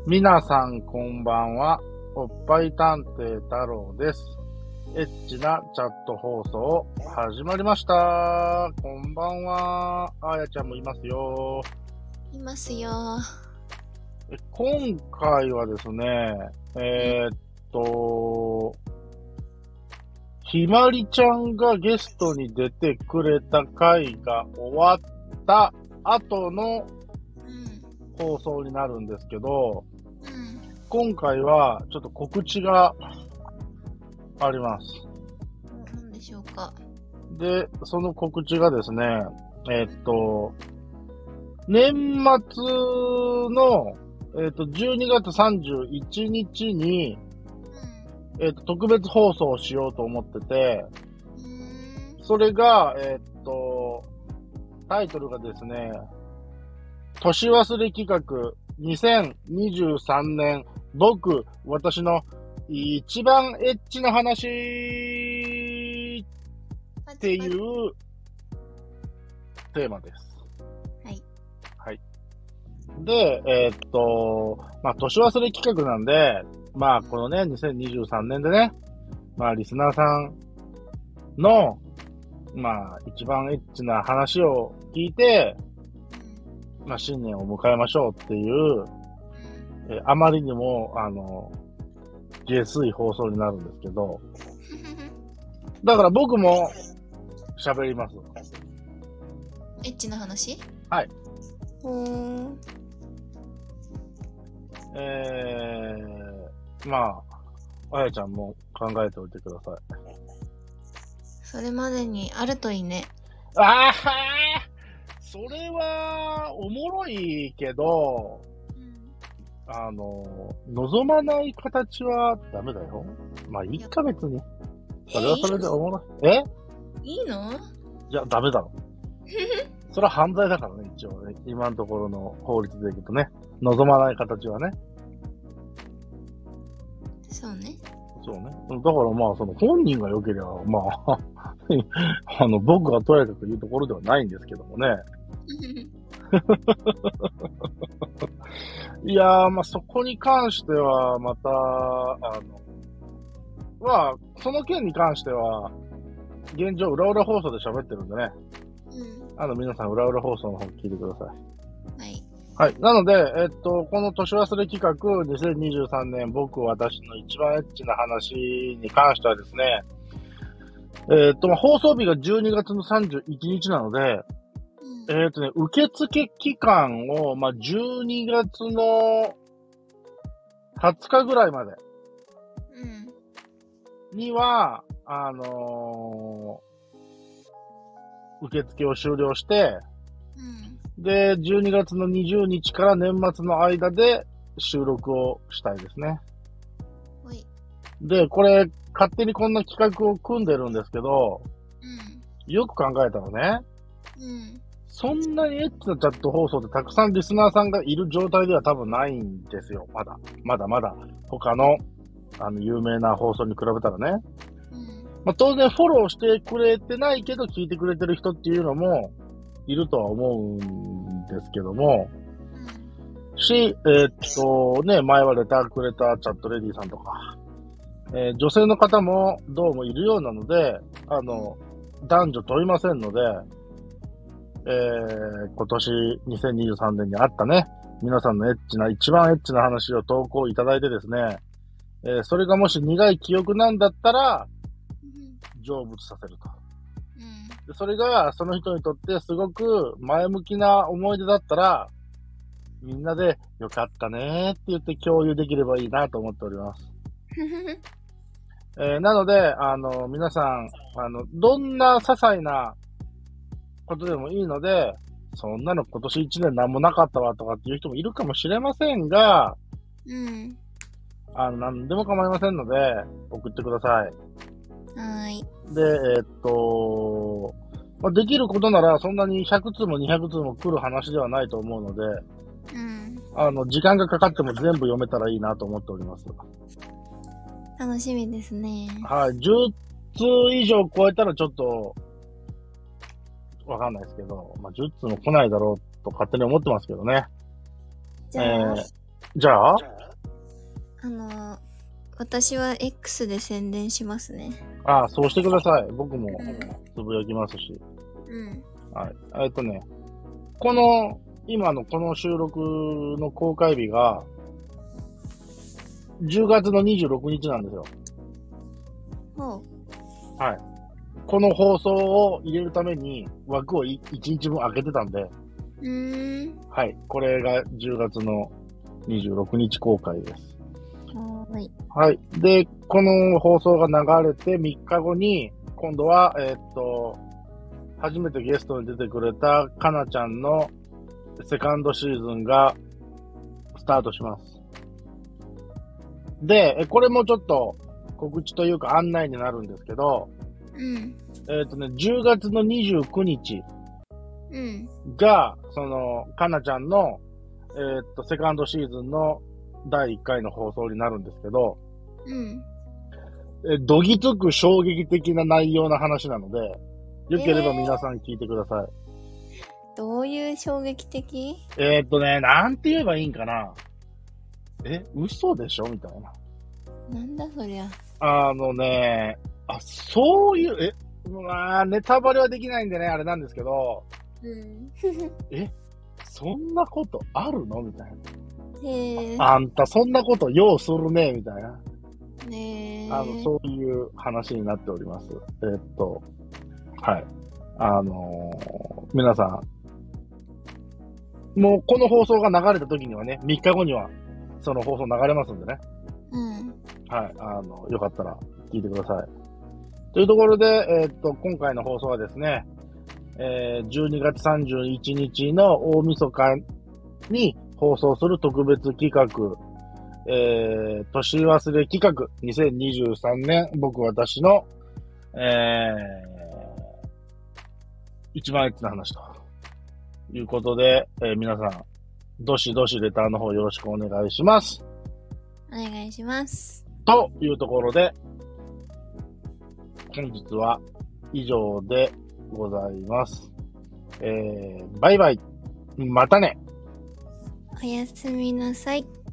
皆さんこんばんは。おっぱい探偵太郎です。エッチなチャット放送始まりました。こんばんは。あやちゃんもいますよ。 いますよ。 今回はですね、ひまりちゃんがゲストに出てくれた回が終わった後の放送になるんですけど、今回はちょっと告知があります。 何でしょうか。 で、その告知がですね、年末の、12月31日に、特別放送をしようと思ってて、それが、タイトルがですね、年忘れ企画2023年私の一番エッチな話っていうテーマです。 はい。 はい。で、年忘れ企画なんで、このね、2023年でね、リスナーさんの、一番エッチな話を聞いて、新年を迎えましょうっていう、あまりにも、下水放送になるんですけど、だから僕も喋ります。 エッチな話？ はい。あやちゃんも考えておいてください。 それまでにあるといいね。 ああ、それは、おもろいけど、望まない形はダメだよ。いいか別に。それはそれでおもろい。 いいの？ いや、ダメだろ。それは犯罪だからね、一応ね。今のところの法律でいくとね。望まない形はね。 そうね。 そうね。だからその本人が良ければ、僕がとやかく言うところではないんですけどもね。いやー、そこに関しては、また、その件に関しては、現状、裏裏放送で喋ってるんでね。皆さん、裏裏放送の方聞いてください。 はい。 はい。なので、この年忘れ企画、2023年、私の一番エッチな話に関してはですね、放送日が12月の31日なので、受付期間を、12月の20日ぐらいまでには、受付を終了して、で、12月の20日から年末の間で収録をしたいですね。で、これ、勝手にこんな企画を組んでるんですけど、よく考えたらね、そんなにエッチなチャット放送でたくさんリスナーさんがいる状態では多分ないんですよ。まだまだ。他の、有名な放送に比べたらね。当然フォローしてくれてないけど聞いてくれてる人っていうのもいるとは思うんですけども。前はレターくれたチャットレディさんとか、女性の方もどうもいるようなので、男女問いませんので、今年2023年にあったね、皆さんの一番エッチな話を投稿いただいてですね、それがもし苦い記憶なんだったら、成仏させると。でそれがその人にとってすごく前向きな思い出だったら、みんなでよかったねって言って共有できればいいなと思っております。なので、皆さん、どんな些細なことでもいいので、そんなの今年1年何もなかったわとかっていう人もいるかもしれませんが、何でも構いませんので、送ってください。 はい。 で、できることならそんなに100通も200通も来る話ではないと思うので、時間がかかっても全部読めたらいいなと思っております。 楽しみですね。 はい。10通以上超えたらちょっと、わかんないですけど、10通も来ないだろうと勝手に思ってますけどね。 じゃあ、 じゃあ、 私は X で宣伝しますね。 そうしてください。僕もつぶやきますし。 うん。 はい。この、今のこの収録の公開日が、10月の26日なんですよ。 ほう。 はい。この放送を入れるために枠を1日分開けてたんで、はい。これが10月の26日公開です。 はい。 はい。で、この放送が流れて3日後に、今度は、初めてゲストに出てくれたかなちゃんのセカンドシーズンがスタートします。で、これもちょっと告知というか案内になるんですけど、10月の29日が、かなちゃんの、セカンドシーズンの第1回の放送になるんですけど、どぎつく衝撃的な内容な話なので、よければ皆さん聞いてください。 どういう衝撃的？ なんて言えばいいんかな。嘘でしょみたいな。 なんだそりゃ。 そういう、ネタバレはできないんでね、あれなんですけど、そんなことあるのみたいな。あんたそんなことようするね、みたいな。そういう話になっております。はい。皆さん、もうこの放送が流れた時にはね、3日後にはその放送流れますんでね。はい。よかったら聞いてください。というところで、今回の放送はですね、12月31日の大晦日に放送する特別企画、年忘れ企画2023年僕私の、一番エッチな話ということで、皆さん、どしどしレターの方よろしくお願いします。 お願いします。 というところで、本日は以上でございます。バイバイ。またね。 おやすみなさい。